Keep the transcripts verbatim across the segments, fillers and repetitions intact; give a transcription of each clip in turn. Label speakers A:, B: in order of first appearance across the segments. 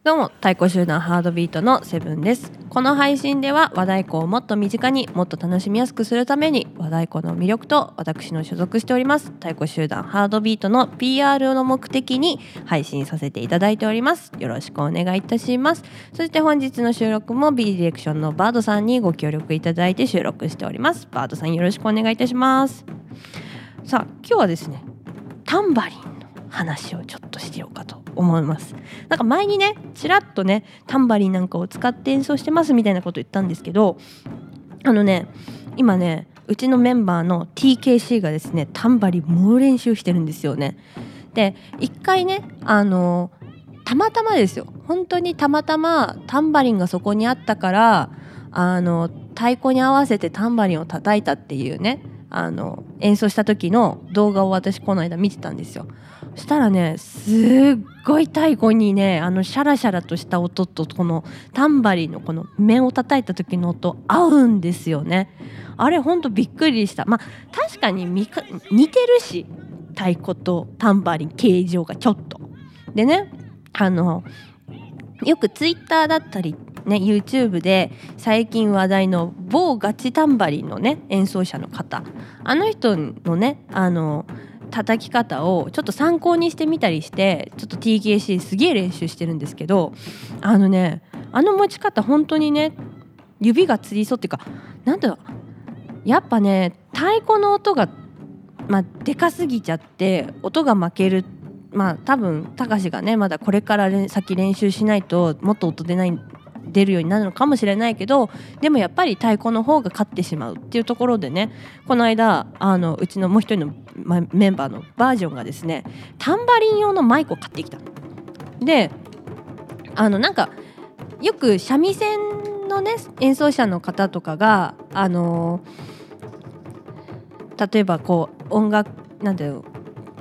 A: どうも、太鼓集団ハードビートのセブンです。この配信では和太鼓をもっと身近にもっと楽しみやすくするために和太鼓の魅力と私の所属しております太鼓集団ハードビートの ピーアール の目的に配信させていただいております。よろしくお願いいたします。そして本日の収録も B ディレクションのバードさんにご協力いただいて収録しております。バードさんよろしくお願いいたします。さあ今日はですね、タンバリンの話をちょっとしてようかと思います。なんか前にねちらっとねタンバリンなんかを使って演奏してますみたいなこと言ったんですけど、あのね今ねうちのメンバーの ティーケーシー がですねタンバリン猛練習してるんですよね。で一回ねあのたまたまですよ、本当にたまたまタンバリンがそこにあったからあの太鼓に合わせてタンバリンを叩いたっていうねあの演奏した時の動画を私この間見てたんですよ。そしたらねすっごい太鼓にねあのシャラシャラとした音とこのタンバリンのこの面を叩いた時の音合うんですよね。あれほんとびっくりした。まあ確かに似か似てるし太鼓とタンバリン形状がちょっとでね、あのよくツイッターだったりね、YouTube で最近話題の某ガチタンバリンのね演奏者の方、あの人のねあの叩き方をちょっと参考にしてみたりしてちょっと ティーケーシー すげえ練習してるんですけど、あのねあの持ち方本当にね指がつりそうっていうか、なんだろう、やっぱね太鼓の音が、まあ、でかすぎちゃって音が負ける。まあ多分たかしがねまだこれから先練習しないともっと音出ない出るようになるのかもしれないけど、でもやっぱり太鼓の方が勝ってしまうっていうところでね、この間あのうちのもう一人の、ま、メンバーのバージョンがですねタンバリン用のマイクを買ってきた。であのなんかよく三味線のね演奏者の方とかがあの例えばこう音楽なんだろう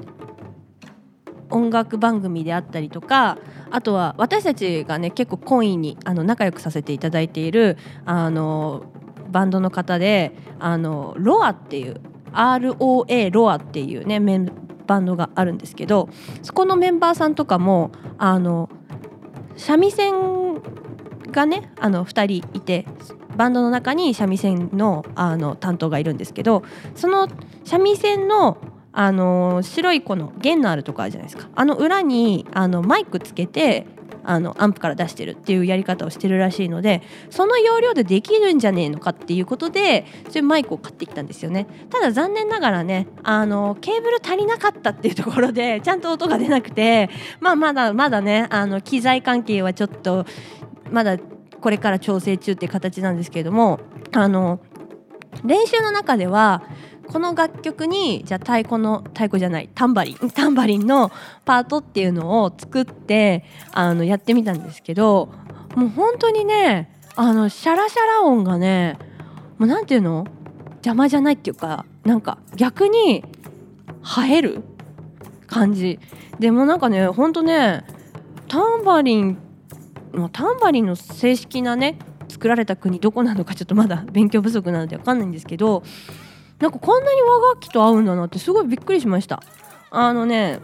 A: 音楽番組であったりとか、あとは私たちがね結構懇意にあの仲良くさせていただいているあのバンドの方であのロアっていう アールオーエー ロアっていうねメンバンドがあるんですけど、そこのメンバーさんとかもあの三味線がねあのふたりいて、バンドの中に三味線 の, あの担当がいるんですけど、その三味線のあの白いこの弦のあるとこあるじゃないですか、あの裏にあのマイクつけてあのアンプから出してるっていうやり方をしてるらしいので、その要領でできるんじゃねえのかっていうことでそういうマイクを買ってきたんですよね。ただ残念ながらねあのケーブル足りなかったっていうところでちゃんと音が出なくて、まあまだまだねあの機材関係はちょっとまだこれから調整中っていう形なんですけれども、あの練習の中ではこの楽曲にじゃあ太鼓の太鼓じゃないタンバリンタンバリンのパートっていうのを作ってあのやってみたんですけど、もう本当にねあのシャラシャラ音がねもうなんていうの邪魔じゃないっていうか、なんか逆に映える感じで、もなんかね本当ねタンバリンタンバリンの正式なね作られた国どこなのかちょっとまだ勉強不足なので分かんないんですけど、なんかこんなに和楽器と合うんだなってすごいびっくりしました。あのね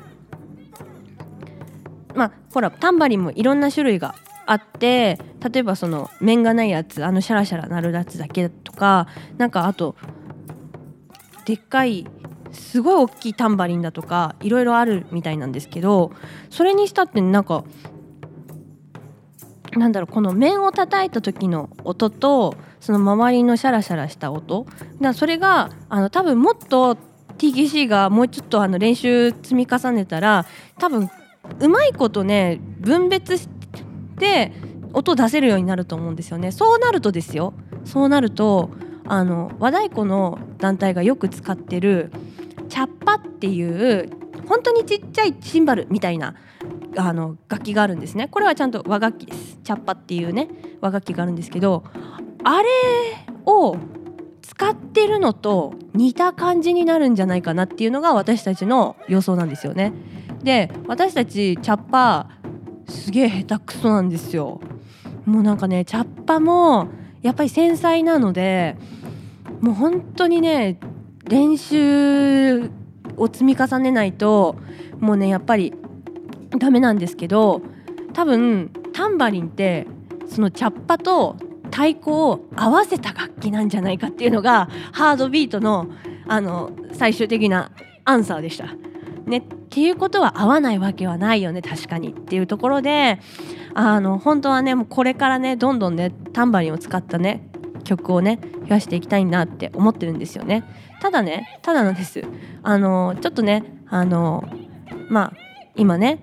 A: まあほらタンバリンもいろんな種類があって、例えばその面がないやつ、あのシャラシャラ鳴るやつだけとか、なんかあとでっかいすごい大きいタンバリンだとかいろいろあるみたいなんですけど、それにしたってなんかなんだろう、この面を叩いた時の音とその周りのシャラシャラした音だ、それがあの多分もっと ティーケーシー がもうちょっとあの練習積み重ねたら多分うまいことね分別して音を出せるようになると思うんですよね。そうなるとですよそうなるとあの和太鼓の団体がよく使ってるチャッパっていう本当にちっちゃいシンバルみたいなあの楽器があるんですね。これはちゃんと和楽器です。チャッパっていうね和楽器があるんですけど、あれを使ってるのと似た感じになるんじゃないかなっていうのが私たちの予想なんですよね。で私たちチャッパすげえ下手くそなんですよ。もうなんかねチャッパもやっぱり繊細なのでもう本当にね練習を積み重ねないともうねやっぱりダメなんですけど、多分タンバリンってそのチャッパと太鼓を合わせた楽器なんじゃないかっていうのがハードビートの、あの最終的なアンサーでした、ね、っていうことは合わないわけはないよね確かにっていうところで、あの本当はねもうこれからねどんどんねタンバリンを使ったね曲をね増やしていきたいなって思ってるんですよね。ただねただなんですあのちょっとねあのまあ今ね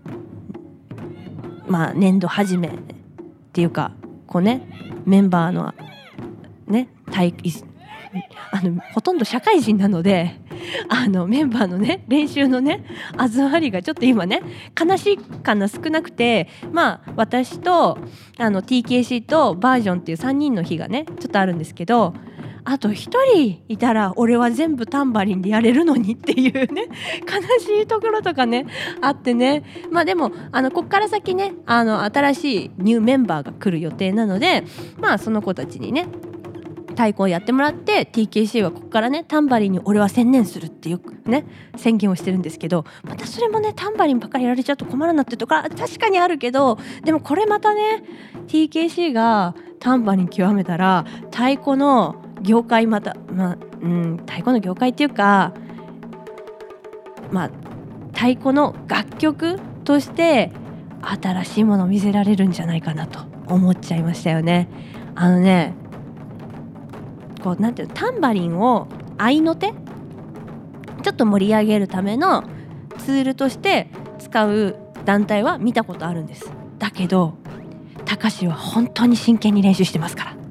A: まあ年度始めっていうかこうねメンバーのね体あのほとんど社会人なのであのメンバーのね練習のね集まりがちょっと今ね悲しいかな少なくて、まあ私とあの ティーケーシー とバージョンっていうさんにんの日がねちょっとあるんですけど、あとひとりいたら俺は全部タンバリンでやれるのにっていうね悲しいところとかねあってね、まあでもあのこっから先ねあの新しいニューメンバーが来る予定なので、まあその子たちにね太鼓をやってもらって ティーケーシー はここからねタンバリンに俺は専念するっていうね宣言をしてるんですけど、またそれもねタンバリンばっかりやられちゃうと困るなってとか確かにあるけど、でもこれまたね ティーケーシー がタンバリン極めたら太鼓の業界また、まあうん、太鼓の業界っていうか、まあ、太鼓の楽曲として新しいものを見せられるんじゃないかなと思っちゃいましたよね。あのねこうなんていうのタンバリンを合いの手ちょっと盛り上げるためのツールとして使う団体は見たことあるんです。だけどたかしは本当に真剣に練習してますから、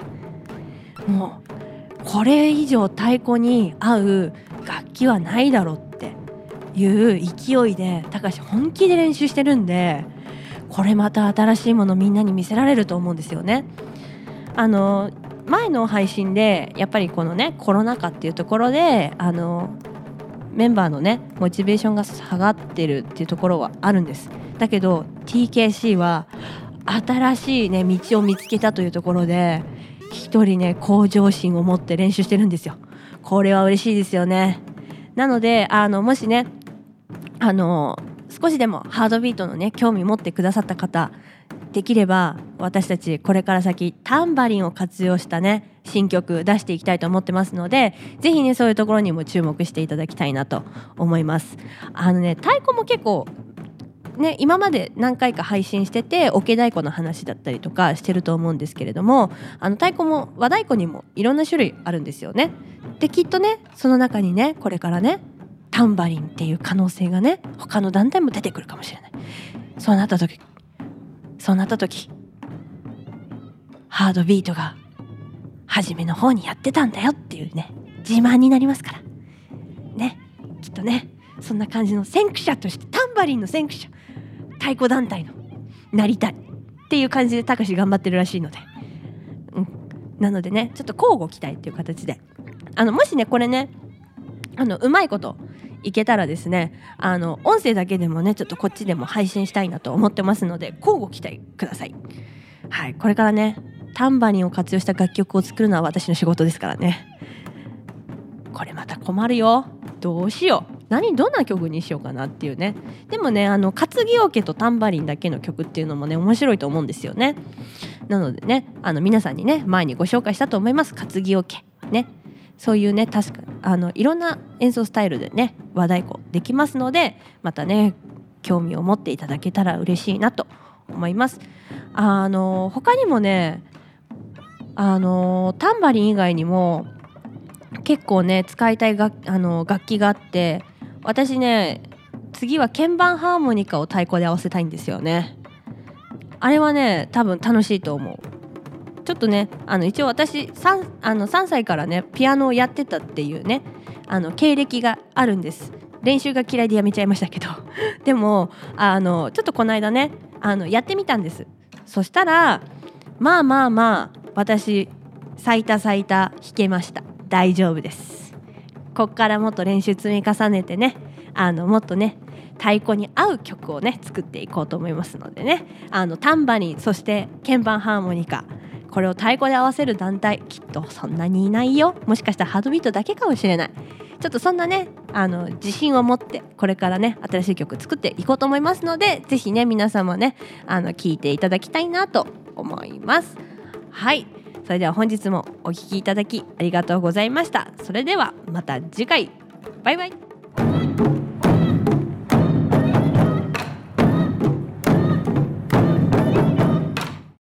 A: もうこれ以上太鼓に合う楽器はないだろうっていう勢いでたかし本気で練習してるんで、これまた新しいものみんなに見せられると思うんですよね。あの前の配信でやっぱりこのねコロナ禍っていうところであのメンバーのねモチベーションが下がってるっていうところはあるんです。だけど ティーケーシー は新しいね道を見つけたというところで一人ね向上心を持って練習してるんですよ。これは嬉しいですよね。なのであのもしねあの少しでもハードビートのね興味持ってくださった方、できれば私たちこれから先タンバリンを活用したね新曲出していきたいと思ってますので、ぜひねそういうところにも注目していただきたいなと思います。あのね太鼓も結構ね今まで何回か配信しててオケ太鼓の話だったりとかしてると思うんですけれども、あの太鼓も和太鼓にもいろんな種類あるんですよね。できっとねその中にねこれからねタンバリンっていう可能性がね他の団体も出てくるかもしれない。そうなった時そうなった時ハードビートが初めの方にやってたんだよっていうね自慢になりますからね。きっとねそんな感じの先駆者としてタンバリンの先駆者太鼓団体のなりたいっていう感じでたかし頑張ってるらしいので、うん、なのでねちょっと交互期待っていう形であのもしねこれねあのうまいこといけたらですねあの音声だけでもねちょっとこっちでも配信したいなと思ってますので交互期待ください。はい、これからねタンバリンを活用した楽曲を作るのは私の仕事ですからね。これまた困るよ。どうしよう何どんな曲にしようかなっていうね。でもねあの担ぎオケとタンバリンだけの曲っていうのもね面白いと思うんですよね。なのでねあの皆さんにね前にご紹介したと思います担ぎオケね、そういうね確かあのいろんな演奏スタイルでね和太鼓できますので、またね興味を持っていただけたら嬉しいなと思います。あの他にもねあのタンバリン以外にも結構ね使いたい楽あの楽器があって、私ね次は鍵盤ハーモニカを太鼓で合わせたいんですよね。あれはね多分楽しいと思う。ちょっとねあの一応私 3, あのさんさいからねピアノをやってたっていうねあの経歴があるんです。練習が嫌いでやめちゃいましたけどでもあのちょっとこの間ねあのやってみたんです。そしたらまあまあまあ私最多最多弾けました。大丈夫です。こっからもっと練習積み重ねてねあのもっとね太鼓に合う曲をね作っていこうと思いますのでね、あのタンバリンそして鍵盤ハーモニカこれを太鼓で合わせる団体きっとそんなにいないよ。もしかしたらハードビートだけかもしれない。 ちょっとそんなねあの自信を持ってこれからね新しい曲作っていこうと思いますので、ぜひね皆さんもねあの聴いていただきたいなと思います。はい、それでは本日もお聴きいただきありがとうございました。それではまた次回、バイバイ。